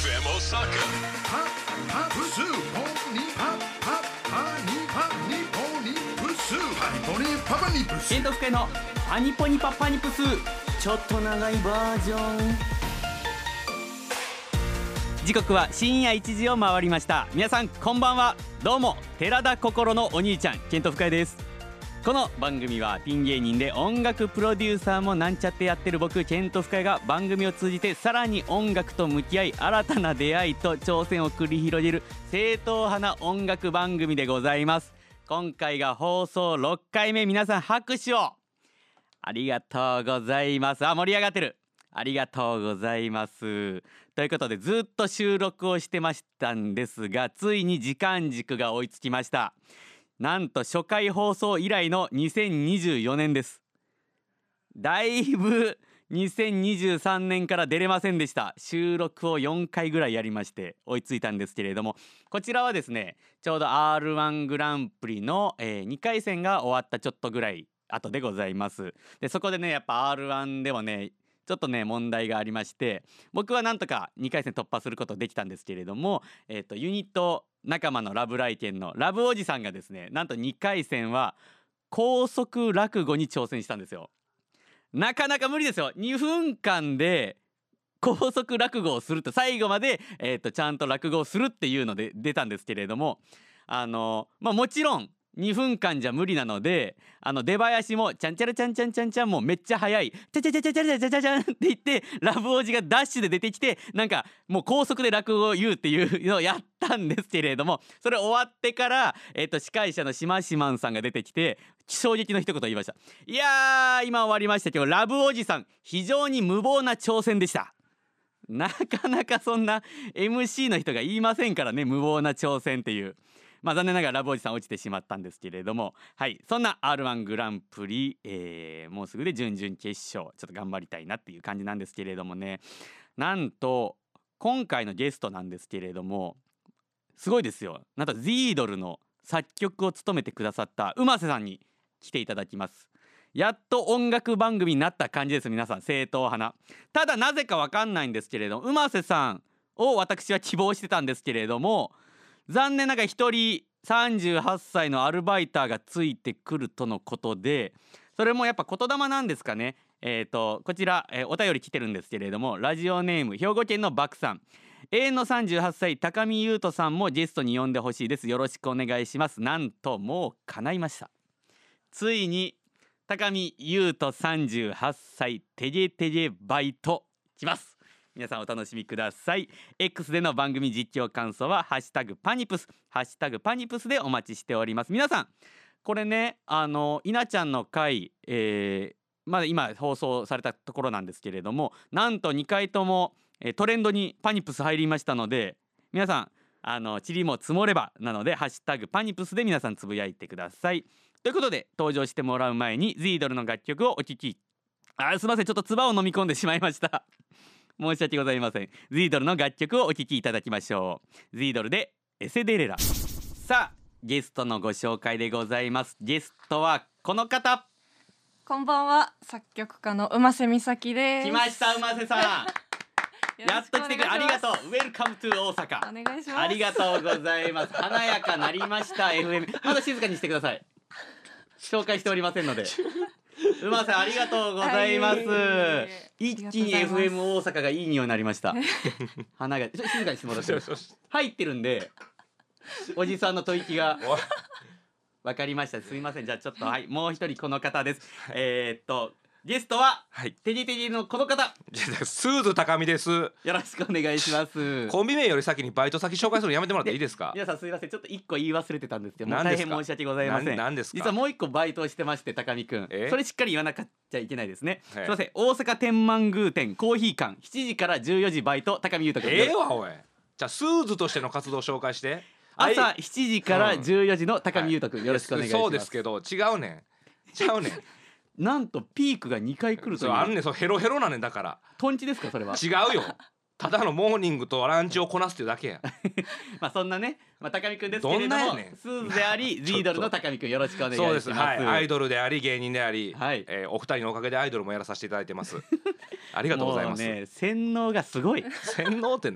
FM Osaka. Hot Pursue Pony Hot Pony Pursue Pony Papa Nippus ケントフカイのパニポニパパニプス、ちょっと長いバージョン。時刻は深夜1時を回りました。皆さんこんばんは。どうも寺田心のお兄ちゃん、ケントフカイです。この番組はピン芸人で音楽プロデューサーもなんちゃってやってる僕ケントフカイが番組を通じてさらに音楽と向き合い、新たな出会いと挑戦を繰り広げる正統派な音楽番組でございます。今回が放送6回目。皆さん拍手を。ありがとうございます。盛り上がってる。ありがとうございます。ということでずっと収録をしてましたんですが、ついに時間軸が追いつきました。なんと初回放送以来の2024年です。だいぶ2023年から出れませんでした。収録を4回ぐらいやりまして追いついたんですけれども、こちらはですね、ちょうど R1 グランプリの、2回戦が終わったちょっとぐらい後でございます。でそこでね、やっぱ R1 でもねちょっとね問題がありまして、僕はなんとか2回戦突破することできたんですけれども、ユニット仲間のラブライケンのラブおじさんがですね、なんと2回戦は高速落語に挑戦したんですよ。なかなか無理ですよ。2分間で高速落語をすると、最後まで、ちゃんと落語をするっていうので出たんですけれども、もちろん2分間じゃ無理なので、出囃子もちゃんちゃらちゃんちゃんちゃんちゃんもめっちゃ早い、ちゃちゃちゃちゃちゃちゃちゃちゃちゃんって言って、ラブおじがダッシュで出てきて、なんかもう高速で落語を言うっていうのをやったんですけれども、それ終わってから、司会者のしましまんさんが出てきて衝撃の一言言いました。いやー、今終わりましたけど、ラブおじさん非常に無謀な挑戦でした。なかなかそんな MC の人が言いませんからね、無謀な挑戦っていう。残念ながらラブおじさん落ちてしまったんですけれども、はい、そんな R1 グランプリ、もうすぐで準々決勝、ちょっと頑張りたいなっていう感じなんですけれどもね。なんと今回のゲストなんですけれども、すごいですよ。なんとゼードルの作曲を務めてくださった馬瀬さんに来ていただきます。やっと音楽番組になった感じです。皆さん正統派な。ただなぜかわかんないんですけれども、馬瀬さんを私は希望してたんですけれども、残念ながら一人38歳のアルバイターがついてくるとのことで、それもやっぱ言霊なんですかね。こちら、お便り来てるんですけれども、ラジオネーム兵庫県のバクさん、永遠の38歳高見優斗さんもゲストに呼んでほしいです。よろしくお願いします。なんともう叶いました。ついに高見優斗38歳てげてげバイト来ます。皆さんお楽しみください。 X での番組実況感想はハッシュタグパニプス、ハッシュタグパニプスでお待ちしております。皆さんこれね、稲ちゃんの回、今放送されたところなんですけれども、なんと2回とも、トレンドにパニプス入りましたので、皆さん塵も積もればなのでハッシュタグパニプスで皆さんつぶやいてください。ということで登場してもらう前にゼードルの楽曲をお聴き。すいません、ちょっと唾を飲み込んでしまいました申し訳ございません。ゼードルの楽曲をお聴きいただきましょう。ゼードルでエセデレラ。さあゲストのご紹介でございます。ゲストはこの方。 こんばんは、作曲家の馬瀬美咲です。 来ました馬瀬さんやっと来てくれ、ありがとう。ウェルカムトゥ大阪。 お願いします。 ありがとうございます。華やかなりました FM。 まだ静かにしてください。紹介しておりませんので馬瀬さんありがとうございます。一気に FM 大阪がいい匂いになりました花が静かにしてもらって入ってるんで、おじさんの吐息がわかりました。すいません。じゃあちょっと、はい、もう一人この方です。ゲストは、 はい、 テジテジのこの方。 スーズ高見です。よろしくお願いします。 コンビ名より先にバイト先紹介するのやめてもらっていいですか。 皆さんすいません、ちょっと一個言い忘れてたんですけど、もう大変申し訳ございません。 何ですか。 実はもう一個バイトをしてまして、高見くん、それしっかり言わなきゃいけないですね。すいません、大阪天満宮店コーヒー館7時から14時バイト、高見優斗君。 わおい。じゃあスーズとしての活動を紹介して。 朝7時から14時の高見優斗君、よろしくお願いします。 そうですけど違うねんなんとピークが2回来るという。 あんねん、そうヘロヘロなねん。だからトンチですか。それは違うよ。ただのモーニングとランチをこなすっていうだけやそんなね、高見くんですけれども、スーズでありゼードルの高見くん、よろしくお願いします。 そうです、はい、アイドルであり芸人であり、 はい、 お二人のおかげでアイドルもやらさせていただいてますありがとうございます。 もうね、洗脳がすごい洗脳って何。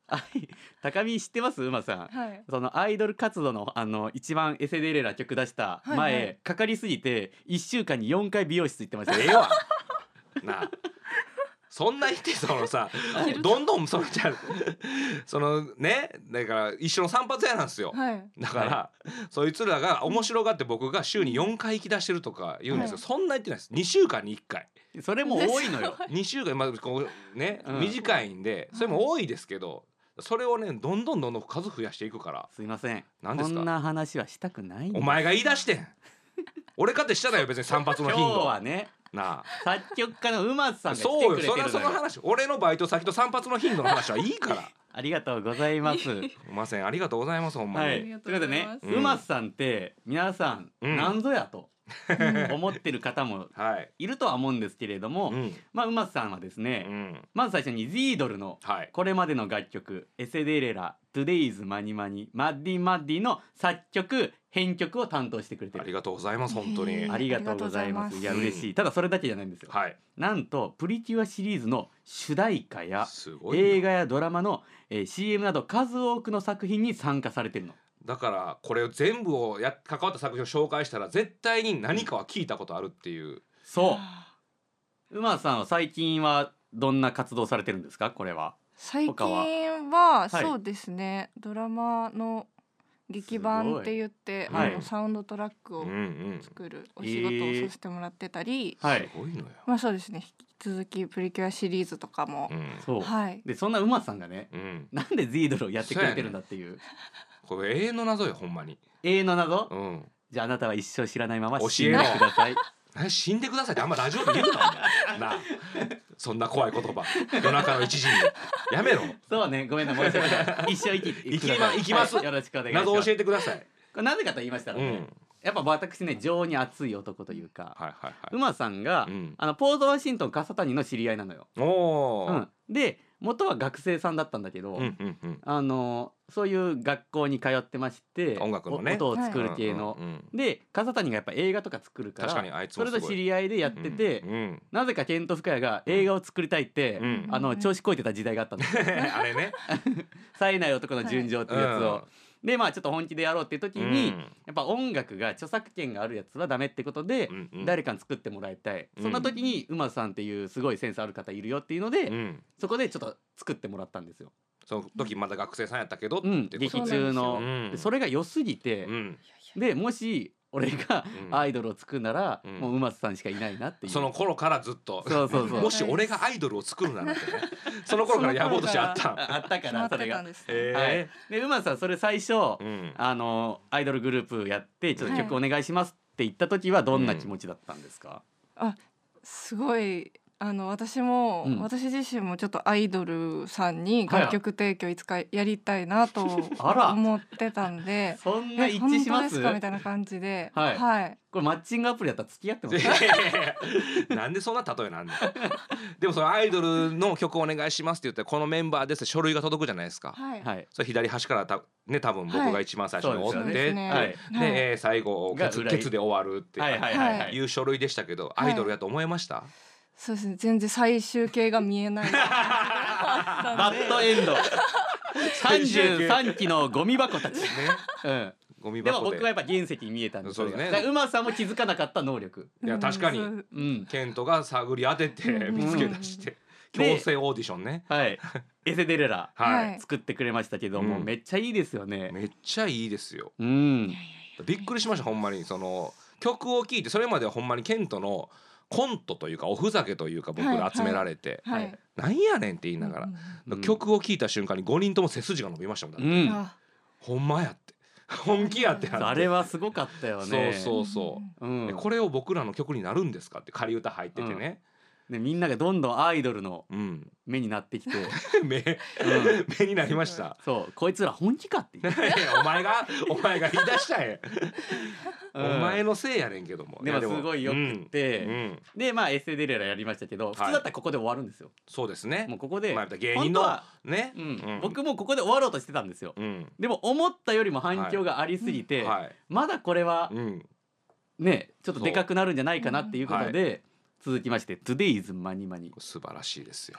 高見知ってます馬さん。 はいそのアイドル活動の一番エセデレラ曲出した前、 はいはいかかりすぎて1週間に4回美容室行ってました。 ええわなあそんな言ってそのさどんどんそのじゃそのねだから一緒の散髪屋なんですよ。 はいだから、そいつらが面白がって僕が週に4回行き出してるとか言うんですよ、 はいそんな言ってないです。2週間に1回それも多いのよ。 2週間、まあこうね、 うん短いんでそれも多いですけど、それをねどんどん数増やしていくから。 すいません。 何ですかこんな話はしたくないんです。 お前が言い出してん俺かってしたらよ別に散髪の頻今日度はねな作曲家の馬さんあ。 が来そうよてくれてるのよ。 その話俺のバイト先と散髪の頻度の話はいいからありがとうございます。 すいませんありがとうございますほんまに、 はい、 ありがということでねとうございま、すうん馬さんって皆さんうん何ぞやと思ってる方もはい、 いるとは思うんですけれども、 うんまあ馬さんはですうね、 ん、 まず最初に Z ドルのはいこれまでの楽曲エセデレラ、トゥデイズマニマニ、マッディマッディの作曲編曲を担当してくれてる。 ありがとうございます本当に、 へーありがとうございます。いやうん嬉しい。ただそれだけじゃないんですよ。 はいなんとプリキュアシリーズの主題歌やすごいな映画やドラマの、CM など数多くの作品に参加されてるの。 だからこれ全部を関わった作品を紹介したら絶対に何かは聞いたことあるっていうそう馬さんは最近はどんな活動されてるんですか？これは。 最他は近ははいそうですね、ドラマの劇版って言って、 すごいはいサウンドトラックをうんうん作るお仕事をさせてもらってたり、 はいす。ごいのよ、 まあそうですね、引き続きプリキュアシリーズとかも、 そう。 はいでそんな馬さんがね、 うんうんなんで Z ドルをやってくれてるんだっていうこれ永遠の謎よほんまに。 永遠の謎。 うんじゃああなたは一生知らないまま教えろ死んでください。 死んでくださいってあんまラジオで言うなお前なあそんな怖い言葉夜中の1時にやめろ。 そうね、ごめんな申し訳ない。一生生きて生きますはいよろしくお願いします。 謎教えてください。 これなぜかと言いましたらね、 うんやっぱ私ね情に熱い男というか、 はいはいはい。 馬さんが、 うんポートワシントン笠谷の知り合いなのよ。 おお、 で元は学生さんだったんだけど、 うんうんうんそういう学校に通ってまして音楽のね音を作る系の、 うんうんうんで笠谷がやっぱ映画とか作るから確かにあいつもすごいそれと知り合いでやってて、 うんなぜかケント・深谷が映画を作りたいって、 うん調子こいてた時代があったんですよあれね冴えない男の純情っていうやつを、でまあちょっと本気でやろうっていう時に、 うんやっぱ音楽が著作権があるやつはダメってことで、 うんうん誰かに作ってもらいたい、 うんそんな時に馬さんっていうすごいセンスある方いるよっていうので、 うんそこでちょっと作ってもらったんですよ、 その時まだ学生さんやったけどってうん、 こと劇中の、 うんでそれが良すぎて、 うんでもし俺がうんアイドルを作るなら、 うんもう馬津さんしかいないなっていうその頃からずっとそうそうそうもし俺がアイドルを作るならってねその頃から野望としてあったん。 あったか決まっらそれがてたんですね、 へはい、で馬津さんそれ最初、 うんアイドルグループやってちょっと曲お願いしますって言った時はどんな気持ちだったんですか？ すごい私も、 うん私自身もちょっとアイドルさんに楽曲提供いつかやりたいなとあら思ってたんでそんな一致します本当ですかみたいな感じで、 はいはい、 これマッチングアプリやったら付き合ってますなんでそんな例えなんだよでもそのアイドルの曲お願いしますって言ってこのメンバーですって書類が届くじゃないですか、 はい、 はいそれ左端からね多分僕が一番最初に追って、 そうですよねはいで、 はい最後が裏ケツで終わるってはいはいはいはいいう書類でしたけど、 はいアイドルやと思いました、 そうですね、全然最終形が見えない感じがあったバんでッドエンド最終形 33期のゴミ箱たち、 ねうん、 ゴミ箱ででも僕はやっぱ原石に見えたんですそうですねれがだから馬さんも気づかなかった能力、 いや確かにそううん、 ケントが探り当ててうん見つけ出して、 うん強制オーディションね、 はいエセデレラはい、 はい作ってくれましたけども、 うんめっちゃいいですよね。 めっちゃいいですよ。 うんびっくりしましたほんまに。その曲を聴いてそれまではほんまにケントのコントというかおふざけというか僕ら集められて、 はい、 なんやねんって言いながら、 うん曲を聴いた瞬間に5人とも背筋が伸びましたもん、だってうん、 あほんまやって本気やってなってあれはすごかったよね。 そうそう、 うんでこれを僕らの曲になるんですかって仮歌入っててね、 でみんながどんどんアイドルのうん目になってきて、 目になりましたそうこいつら本気かって言って、 お前が言い出したんや、 うんお前のせいやねんけども。 でもすごいよくって、 うんうんでまあエセデレラやりましたけど、普通だったらここで終わるんですよ。 そうですね。 もうここで、 まあ、芸人の本当はね、 うん僕もここで終わろうとしてたんですよ。 うんでも思ったよりも反響がありすぎて、 はい、 まだこれはうん、 ねちょっとでかくなるんじゃないかなっていうことで、続きまして Today's マニマニ。 素晴らしいですよ。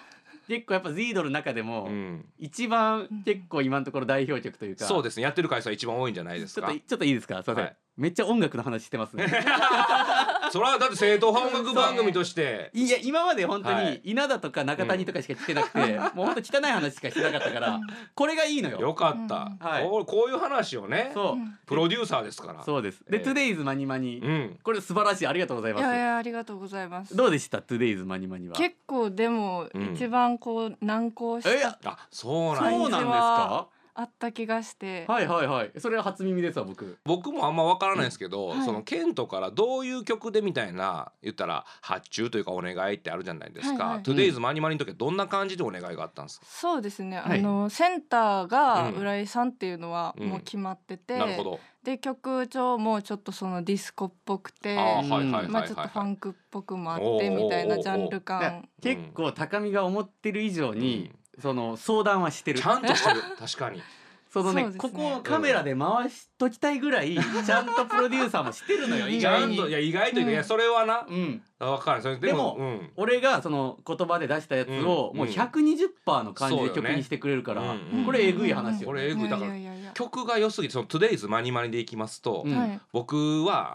結構やっぱズイドルの中でうもん、 一番結構今のところ代表曲というか、 そうですね、やってる回数は一番多いんじゃないですか。 ちょっといいですか、すいません、 はいめっちゃ音楽の話してますねそれはだって正統派音楽番組としていや今まで本当はいに稲田とか中谷とかしか来てなくて、もう本当汚い話しかしてなかったからこれがいいのよ。 よかった、 はいこういう話をね、 そうプロデューサーですから。 そうです。で、 ええ Today's マニマニ、 うんこれ素晴らしい、ありがとうございます。 いやいやありがとうございます。 どうでした Today's マニマニは。 結構でもうん一番こう難航しえたあ、そうなんや。 そうなんですか。 あった気がして、 はいはいはい、それは初耳ですわ僕。 僕もあんま分からないですけど、 はいそのケントからどういう曲でみたいな言ったら発注というかお願いってあるじゃないですか、 はいはい Today's マニマニの時はどんな感じでお願いがあったんですか？ そうですね、 はいセンターがうん浦井さんっていうのはもう決まってて、 なるほど。 で曲調もちょっとそのディスコっぽくて、 あーはいはいはいはい、 まあちょっとファンクっぽくもあっおーてみたいなジャンルいや感。 結構高見が思ってる以上に、その相談はしてる。 ちゃんとしてる確かに。 そのねそうですねここをカメラで回しときたいぐらい、ちゃんとプロデューサーもしてるのよ意ちゃ外に。 んといや意外というか、いやそれはな、 うん。 分かる。それでもうん俺がその言葉で出したやつをもう 120% の感じで曲にしてくれるから、 そうよねこれえぐい話よ。 これえぐいだからいやいやいや曲が良すぎて、その Today's マニマニでいきますと、 うんはい僕は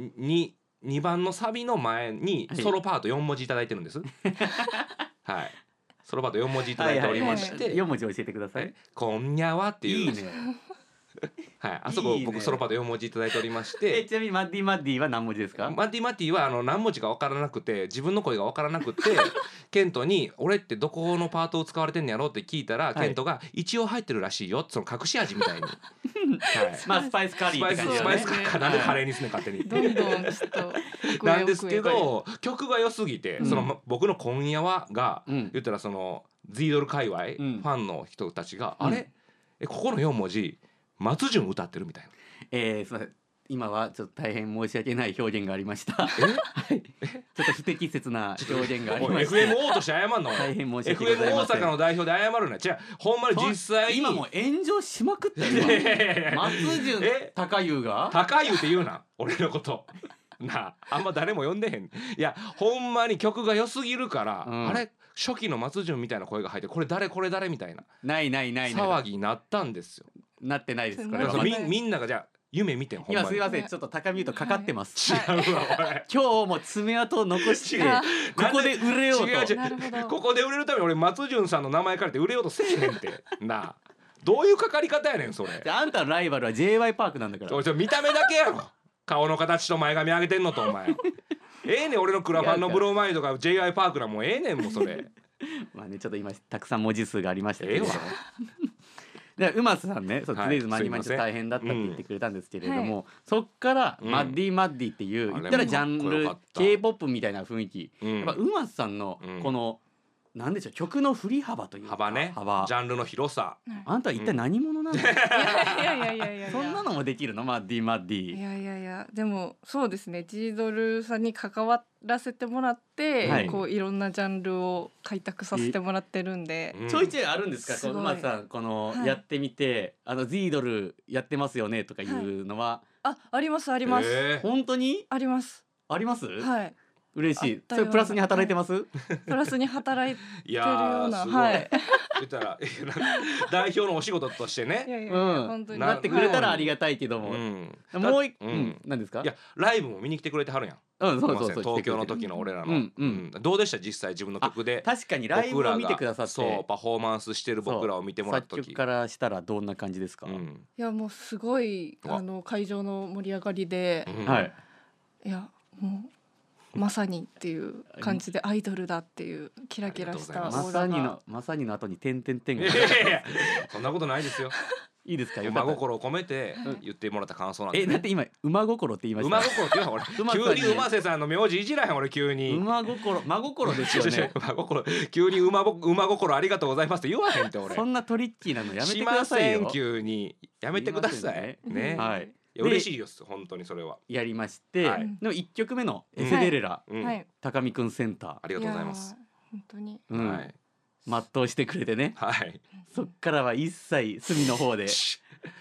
2番のサビの前にソロパート4文字いただいてるんですはいソロパート4文字いただいておりましはて、 4文字教えてください。 今夜はっていういいね。 はい、あそこいいね僕ソロパート4文字いただいておりましえ、 て、 ちなみにマッディマッディは何文字ですか？ マッティは何文字か分からなくて、自分の声が分からなくてケントに「俺ってどこのパートを使われてんのやろ?」って聞いたら、 いケントが「一応入ってるらしいよ」その隠し味みたいに、はい、 まあスパイスカリーって感じだね。 スパイスかなんでカレーにすんねん勝手に。 どんどんちょっと奥へなんですけ奥へど曲が良すぎて、 うんその僕の今夜はが、 うん言ったらそのズイドル界隈、ファンの人たちが、あれここの4文字松潤歌ってるみたいな。 すみません。今はちょっと大変申し訳ない表現がありました。はい。ちょっと不適切な表現がありおいました。 FMO として謝んの。 大変申し訳ござい FM 大ません。 阪の代表で謝るな。違う、ほんまに実際に今もう炎上しまくってるいやいやいやわ。松潤え高優が。 高い言うて言うな俺のことなあ、あんま誰も呼んでへん。いやほんまに曲が良すぎるから、 うんあれ初期の松潤みたいな声が入って、これ誰みたいなないないないない。 騒ぎになったんですよ。 なってないです。これはだからなってないみんながじゃあ夢見てんほんまに。 今すみません。ちょっと高見とかかってます。 違うわ俺。 今日も爪痕を残して違うここで売れようと。 違う違うなるほどここで売れるために俺松潤さんの名前借りて売れようとせえへんってなあ、どういうかかり方やねんそれ。 じゃああんたのライバルは J.Y. パークなんだから。 おい見た目だけやろ、顔の形と前髪上げてんのとお前ええねん俺のクラファンのブロマイドが J.I. パークなもうええねんもうそれまあね、ちょっと今たくさん文字数がありましたけれどもええわでうまさんね、そうはいトゥデイズマニマニすいません大変だったって言ってくれたんですけれども、 はいそっからうんマッディマッディっていう、 あれも言ったらジャンルかっこよかった K-POP みたいな雰囲気、 うんやっぱうまさんのうんこの、なんでしょう、曲の振り幅というか幅ね、 幅ジャンルの広さ。 あんたは一体何者なの、 いやいやいやいやそんなのもできるのマッディマッデいィ。 やいやいやでもそうですね、ジードルさんに関わらせてもらって、 はいこういろんなジャンルを開拓させてもらってるんで、 うんちょいちょいあるんですか、 すごいこううまさんこの、 はいやってみてズイドルやってますよねとかいうのは、 ありますあります、 え本当にありますあります、 はい、 嬉しい。 あったよそれプラスに働いてます？ プラスに働いていやるようなーすごい、 はい言ったらなんか代表のお仕事としていね、 やいやいや、 うん本当になってくれたらありがたいけども、 うん、 もう一うんうん何ですか？ いやライブも見に来てくれてはるやん。 うんそうそうそう、 東京の時の俺らの、 うんうんどうでした実際自分の曲で確かにライブを見てくださって、 そうパフォーマンスしてる僕らを見てもらった時、 作曲からしたらどんな感じですか？ うんいやもうすごいわ会場の盛り上がりで、 うんはい。 いやもうまさにっていう感じでアイドルだっていうキラキラしたオありがとうごまさーラがにのまさにの後に点々点いがやいやいやそんなことないですよ。 いいですか？よかった。 馬心を込めて言ってもらった感想なんで、 だって今馬心って言いました。 馬心って言うの俺馬さんに急に馬瀬さんの名字いじらへん俺急に馬心真心ですよね。 馬心急に馬心ありがとうございますって言わへんって俺そんなトリッキーなのやめてしくだませんさいよ。 急にやめてくださいすいませんねはい。 いや嬉しいです本当にそれは、 やりまして、 はいでも1曲目のうんエセデレラ、 うんはい高見くんセンター、 ありがとうございます。 やー本当にうんはい全うしてくれてね、 はいそっからは一切隅の方でし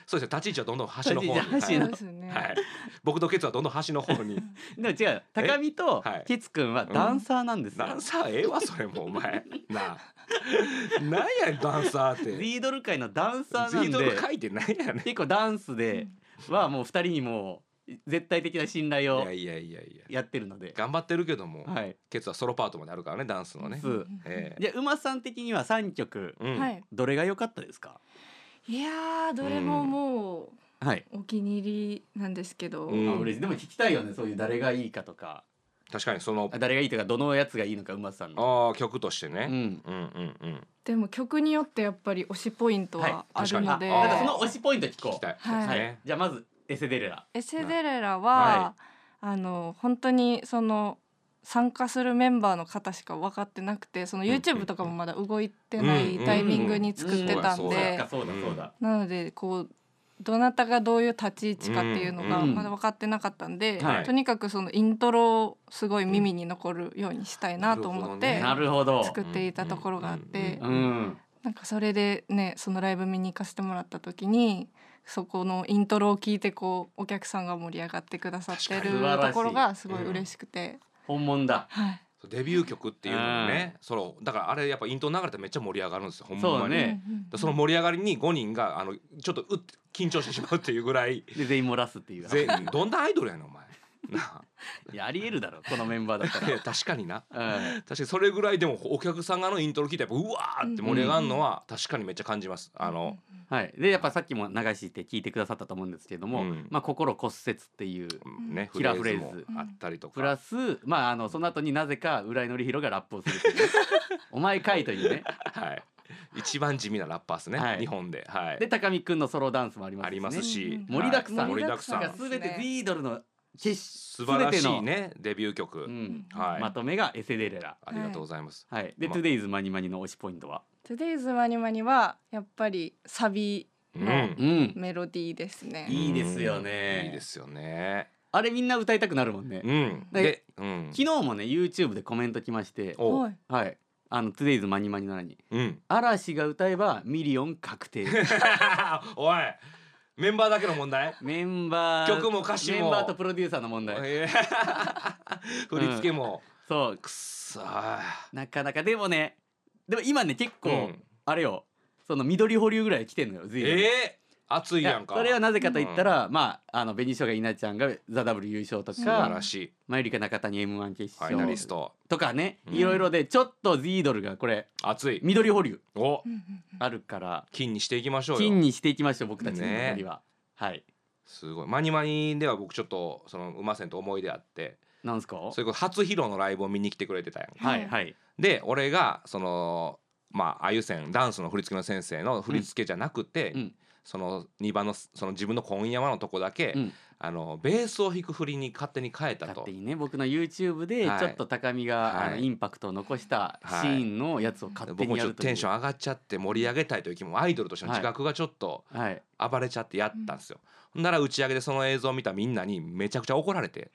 そうですね、立ち位置はどんどん端の方に、 立ち位置端のそうですね、 はい、僕とケツはどんどん端の方に。 でも違う、高見とはいケツくんはダンサーなんですよ、 ダンサーええわそれもお前なあ、なんやダンサーってズイドル界のダンサーなんズイドルで書いてなんやねん。 結構ダンスではもう2人にも絶対的な信頼をいやいやいやいややってるので、 頑張ってるけども、 はい、 ケツはソロパートまであるからね、ダンスのね。 そうえじゃあ馬さん的には3曲うんはい、 どれが良かったですか？ いやーどれももはい、 うお気に入りなんですけど、 うんあ嬉しい。でも聞きたいよね、そういう誰がいいかとか、 確かにその誰がいいとかどのやつがいいのか馬さんの。 曲としてね、 うん、 うんうんうんでも曲によってやっぱり推しポイントはあるので、 はい確かにだからその推しポイント聞こう。 聞きたいはいですはいね。 じゃあまずエセデレラ。 エセデレラは、 は本当にその参加するメンバーの方しか分かってなくて、その YouTube とかもまだ動いてないタイミングに作ってたんうんで、 そうだそうだ。 なのでこうどなたがどういう立ち位置かっていうのがうんまだ分かってなかったんで、 はいとにかくそのイントロをすごい耳に残るようにしたいなと思ってなるほど。 作っていたところがあって、 うん。 なんかそれでねそのライブ見に行かせてもらった時にそこのイントロを聞いてこうお客さんが盛り上がってくださってる確かに素晴らしいところがすごい嬉しくて、 本物だ。 はい、 デビュー曲っていうのもね、だからあれやっぱイントロ流れてめっちゃ盛り上がるんですよ、ほんまに。 そうねその盛り上がりに5人がちょっと緊張してしまうっていうぐらいで全員漏らすっていう。 全員どんなアイドルやねんお前ないやありえるだろこのメンバーだったあいや確かにな、 ら。 確かにそれぐらいでもお客さんがイントロ聞いてやっぱうわーって盛り上がるのは確かにめっちゃ感じます。 はい。でやっぱさっきも流して聞いてくださったと思うんですけれども、 うんまあ心骨折っていうねキラーフレーズもあったりとかプラスまあその後になぜか浦井のりひろがラップをするっていうねお前かいというね。 はい一番地味なラッパーですね、 はい日本で、はい、 で高見くんのソロダンスもありますしね。 ありますし、 盛りだくさんはい盛りだくさん盛りだくさんすべてビードルの決素晴らしい全てねデビュー曲、 うんはい、 まとめがエセデレラ。 ありがとうございます、 はい。で、 ま Today's マニマニの推しポイントは。 Today's マニマニはやっぱりサビうんのうん。 メロディーですね、 いいですよねいいですよね、 あれみんな歌いたくなるもんね。 うん、で、うん、 昨日もね YouTube でコメント来まして、 おはいはい。Today's マニマニのにうん嵐が歌えばミリオン確定。 おいメンバーだけの問題メンバー曲も歌詞もメンバーとプロデューサーの問題。 振り付けも、 そうくっそーなかなかでもねでも今ね結構、 うんあれよその緑保留ぐらい来てんのよ随分。 熱いやんかそれはなぜかと言ったら、まあ紅しょうが稲ちゃんがザ・ W 優勝と素晴か、 らしいマユリカ中谷 M1 決ファイナ勝リストとかね、 うんいろいろでちょっとズイドルがこれ熱い緑保留おうんうんあるから金にしていきましょうよ金にしていきましょう僕たちのね残りは。はい。 すごいマニマニでは僕ちょっとその馬線と思い出あってなんすか。 それこそ初披露のライブを見に来てくれてたやんはいはい。 で俺がそのあゆせんダンスの振り付けの先生の振り付けじゃなくて、 うんその2番のその自分の今夜はのとこだけ、 うんベースを弾く振りに勝手に変えたと勝手。にね僕の YouTube ではいちょっと高見が、 はいインパクトを残したシーンのやつを勝手僕もちょっとにやるという。 テンション上がっちゃって盛り上げたいという気もアイドルとしての自覚がちょっとはい。 暴れちゃってやったんですよ。ほんなら打ち上げでその映像を見たみんなにめちゃくちゃ怒られて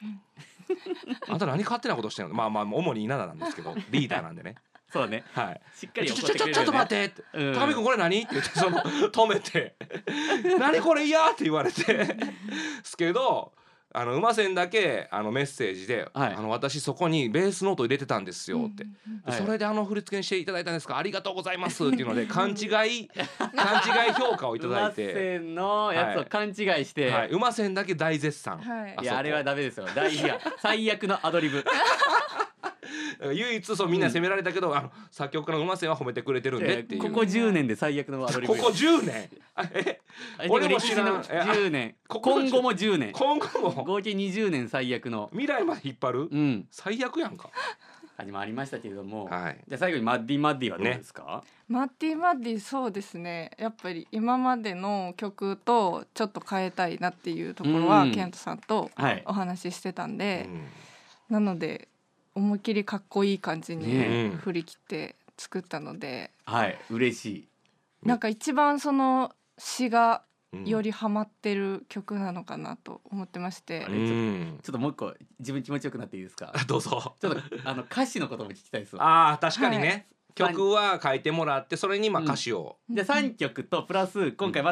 「あんた何勝手なことしてんの?」主に稲田なんですけどリーダーなんでねそうね。 はいしっかり怒ちょってくれるよね。 ちょっと待ってってうん高見君これ何って言って止めて何これ嫌って言われてすけど馬線だけメッセージで、 はい私そこにベースノート入れてたんですよって、 はいそれで振り付けにしていただいたんですかありがとうございますっていうので勘違い評価をいただい馬て、 線のやつを勘違いして、 はい、馬線だけ大絶賛、 はいいやあれはダメですよ。大事や最悪のアドリブ。 唯一そうみんな責められたけど、作曲家の馬線は褒めてくれてるんでっていうここ10年で最悪のアドリブ。 ここ10年俺も知らん歴史の10年。 ここの今後も10年。 今後も合計20年最悪の。 未来まで引っ張る、 うん。 最悪やんか。 始まりましたけれども。 はいじゃあ最後にマッディマッディはどうですか。 マッディマッディそうですねやっぱり今までの曲とちょっと変えたいなっていうところはうんケントさんとはいお話ししてたんうで、 んなので思いっきりかっこいい感じねえに振り切って作ったので、 はい嬉しい。 なんか一番その詩がうんよりハマってる曲なのかなと思ってまして、 うんちょっともう一個自分気持ちよくなっていいですか。 どうぞ。 ちょっと歌詞のことも聞きたいですわ。 ああ確かにね、 はい曲は書いてもらってそれにうん歌詞を、 じゃあ3曲とプラス今回まだ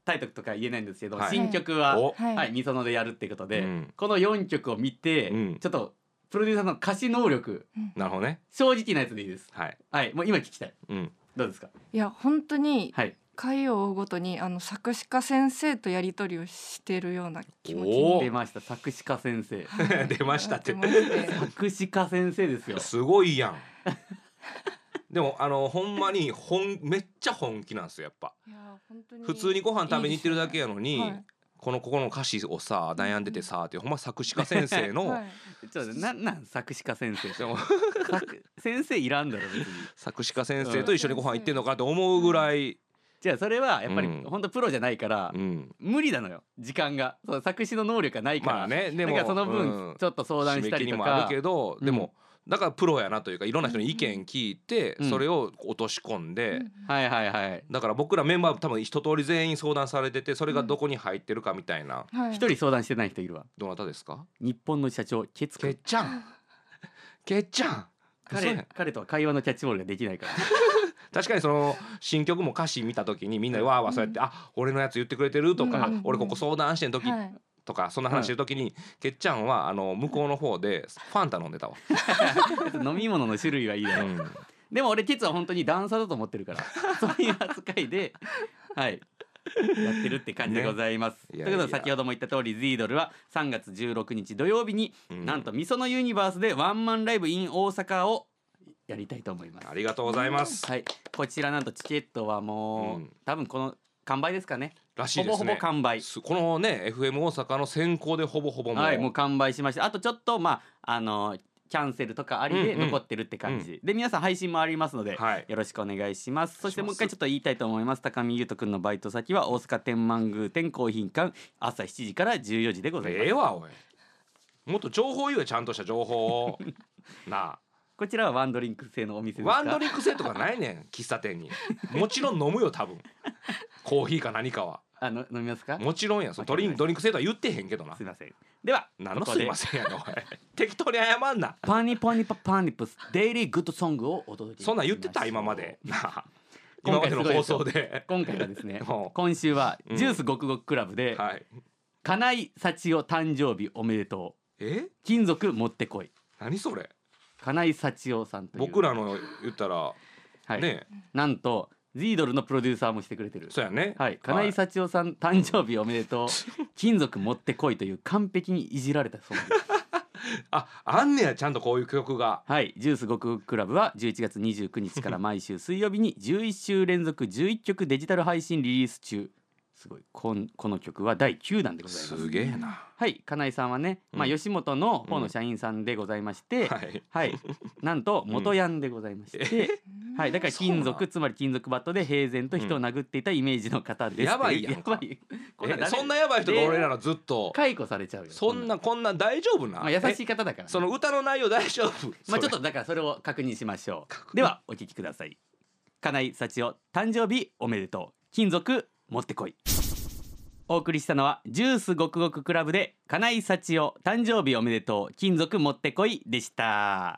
タイトルとか言えないんですけど、 はい新曲は、 おはいみそのでやるってことで、 うんこの4曲を見て、 うんちょっとプロデューサーの歌詞能力なるほどね。 正直なやつでいいです。 はい。 はいもう今聞きたい。 うん。 どうですか。 いや本当にはい。 回を追うごとに作詞家先生とやり取りをしてるような気持ちおに出ました作詞家先生。 はい出ましたってなまして作詞家先生ですよ。 すごいやん。でもほんまにめっちゃ本気なんですよやっぱ。 いや本当に普通にご飯食べに行ってるだけやのに、 はいここの歌詞をさ悩んでてさっていうほんま作詞家先生の、 はいちょっとなん作詞家先生。 でも先生いらんだろ別に。 作詞家先生と一緒にご飯行ってんのかって思うぐらい、 じゃあそれはやっぱりうん本当プロじゃないから、 うん、 無理なのよ時間が。そう作詞の能力がないから。 まあねでもだからその分、 うんちょっと相談した締め切りりとかもあるけど、 うんでもだからプロやなというかいろんな人に意見聞いて、 うんそれを落とし込んで、 はいはいはい。 だから僕らメンバー多分一通り全員相談されててそれがどこに入ってるかみたいな、 はい一人相談してない人いるわ。 どなたですか？ 日本の社長ケツ君。 けっちゃんけっちゃん嘘やん彼とは会話のキャッチボールができないから。 確かにその新曲も歌詞見た時にみんなでわーわーそうやって、あ俺のやつ言ってくれてるとか、 うん俺ここ相談してん時はいとかそんな話してる時に、けっちゃんは向こうの方でファンタ飲んでたわ、 飲み物の種類はいいだろう。 うんでも俺ケツは本当にダンサーだと思ってるからそういう扱いではいやってるって感じでございます、 ねいやいやということで先ほども言った通りZEEDOLは3月16日土曜日に、 うんなんとみそのユニバースでワンマンライブ in 大阪をやりたいと思います。 ありがとうございます、 はい、こちらなんとチケットはもう、 うん多分この完売ですかね。 らしいですね。 ほぼほぼ完売。 このね FM 大阪の先行でほぼほぼもう、 はい、もう完売しました。あとちょっとキャンセルとかありでうんうん残ってるって感じ、で皆さん配信もありますので、 はいよろしくお願いします。そしてしますもう一回ちょっと言いたいと思います。高見優斗くんのバイト先は大阪天満宮店高品館朝7時から14時でございます。 ええわおいもっと情報言えちゃんとした情報をなあこちらはワンドリンク制のお店ですか。 ワンドリンク制とかないねん喫茶店にもちろん飲むよ多分コーヒーか何かは飲みますか。 もちろんやそのドリンク制とは言ってへんけどなすいません。では何のここですいませんやねんおい適当に謝んなパニポニパパニプスデイリーグッドソングをお届けしましょう。 そんなん言ってた今までなあ今回今まですの放ごいですよ送で今回はですねほう今週はうんジュースごくごくクラブで、 はい金井幸代誕生日おめでとう金属持ってこい。 何それ金井幸代さんという僕らの言ったらはい、 ねなんとZEEDOLのプロデューサーもしてくれてる。 そうやねはい、金井幸代さん誕生日おめでとう金属持ってこいという完璧にいじられたそうです。 あんねやちゃんとこういう曲がはい、ジュースごくごくクラブは11月29日から毎週水曜日に11週連続11曲デジタル配信リリース中。すごいこの曲は第9弾でございます。 すげえなはい金井さんはね、 うん吉本の方の社員さんでございまして、 はいはい、なんと元ヤンでございまして、はい、だから金そう属つまり金属バットで平然と人を殴っていたイメージの方です。 やばいやんかやばいこんな誰そんなやばい人が俺らのずっと解雇されちゃうよ。 そんなこんな大丈夫な、 まあ、優しい方だから、 その歌の内容大丈夫まあちょっととだからそれを確認しましょう。ではお聞きください。金井幸代誕生日おめでとう金属持ってこい。お送りしたのはジュースごくごくクラブで金井幸代誕生日おめでとう金属持ってこいでした。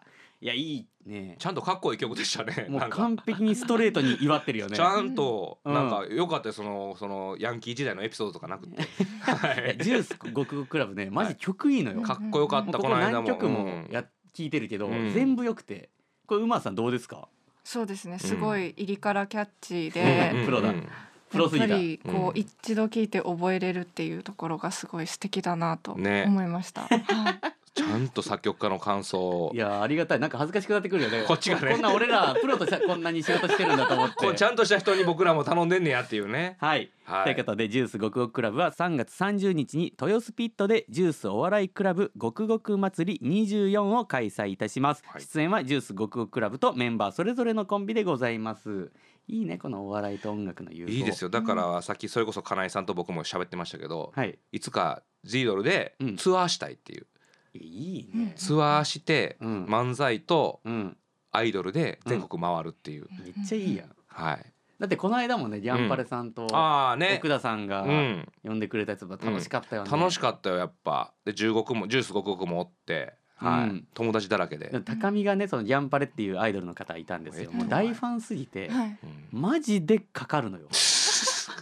いやいいね。 ちゃんとかっこいい曲でしたねもうなんか完璧にストレートに祝ってるよね。 ちゃんとうんなんかよかったよそのヤンキー時代のエピソードとかなくてはいジュースごくごくクラブねマジ曲いいのよ。 かっこよかったもうこここの間も何曲もうん聴いてるけど、 うん全部良くてこれ馬さんどうですか。 そうですねすごい入りからキャッチーうんで、 プロだうんプロすぎたやっぱりこうんう一度聞いて覚えれるっていうところがすごい素敵だなとね思いました。はいちゃんと作曲家の感想をいやありがたい。なんか恥ずかしくなってくるよね。 こっちがねこんな俺らプロとしてこんなに仕事してるんだと思って。 こうちゃんとした人に僕らも頼んでんねやっていうねはい、 はいということでジュースごくごくクラブは3月30日に豊洲ピットでジュースお笑いクラブごくごく祭り24を開催いたします、 はい出演はジュースごくごくクラブとメンバーそれぞれのコンビでございます。いいねこのお笑いと音楽の融合。 いいですよだからさっきそれこそ金井さんと僕も喋ってましたけど、 はい、 いつかZEEDOLでうんツアーしたいっていう、 いいね。 ツアーしてうん漫才とうん、 アイドルで全国回るっていう、 めっちゃいいやん。 はいだってこの間もねギャンパレさんとああね奥田さんがうん呼んでくれたやつも楽しかったよね。 楽しかったよやっぱで15もジュース5国もおって、はいうん友達だらけででも高見がねそのギャンパレっていうアイドルの方いたんですよ。もう大ファンすぎて、 はいうんマジでかかるのよ。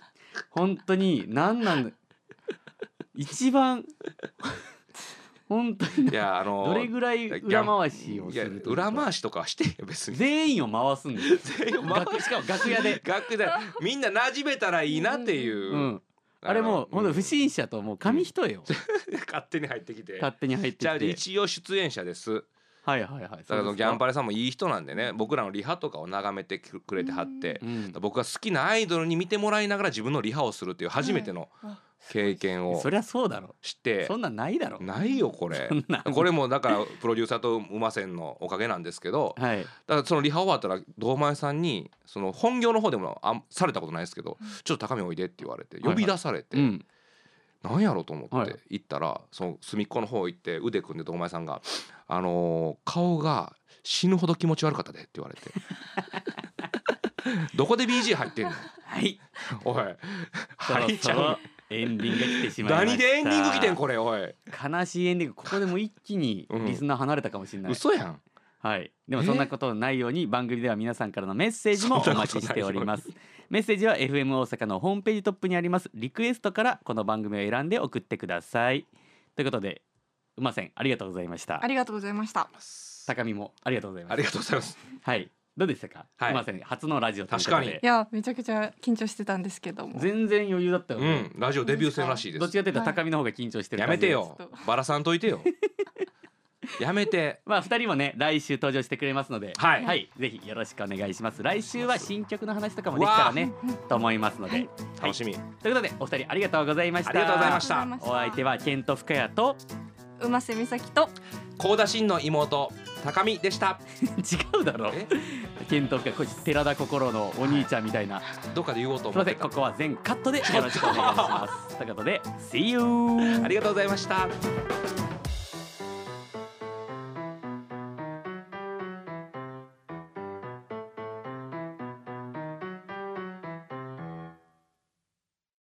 本当になんなんだ一番本当にいやどれぐらい裏回しをするというか裏回しとかはしてよ別に。 全員を回すんですよ全員を回しかも楽屋で、 楽屋でみんな馴染めたらいいなっていう、 うん、あれもう本当不審者ともう紙一重よ、 勝手に入ってきて。 勝手に入ってじゃあきて、 一応出演者です。 はいはいはい、 だからギャンパレさんもいい人なんでね、僕らのリハとかを眺めてくれてはって、 うん僕が好きなアイドルに見てもらいながら自分のリハをするっていう初めての経験をそりゃそうだろ、 してそんなんないだろ、 ないよこれそんなこれもだからプロデューサーと馬線のおかげなんですけど、 はい、 だからそのリハ終わったら堂前さんにその本業の方でもされたことないですけど、ちょっと高見おいでって言われて呼び出されて、 うん、 なんやろうと思はいって行ったら、その隅っこの方行って腕組んで堂前さんが顔が死ぬほど気持ち悪かったでって言われてどこで BG 入ってんのはいおいそろ入っちゃうそろエンディングが来てしまいました。 何でエンディング来てんこれおい悲しいエンディング、ここでもう一気にリスナー離れたかもしれない、 嘘やん。 はい、でもそんなことないように番組では皆さんからのメッセージもお待ちしております。メッセージは FM 大阪のホームページトップにありますリクエストからこの番組を選んで送ってください。ということで馬線ありがとうございました。 ありがとうございました。 高見もありがとうございました。 ありがとうございます。 はいどうでしたか、 はい馬線初のラジオということで。 確かにいやめちゃくちゃ緊張してたんですけども、 全然余裕だったようね、 んラジオデビュー戦らしいです。 どっちかというと高見の方が緊張してるや感じでめてよバラさんといてよやめて。 まあ2人もね来週登場してくれますので、 はいぜひよろしくお願いします。来週は新曲の話とかもできたらねと思いますので、 はい楽しみ。 ということでお二人ありがとうございました。 ありがとうございましたありがとうございましたお相手はケント深谷と馬瀬美咲と高田真の妹高見でした。 違うだろう。 えケント深谷こいつ寺田心のお兄ちゃんみたいな、 どっかで言おうとすいません思ってた。 ここは全カットでよろしくお願いしますということで See you ありがとうございました。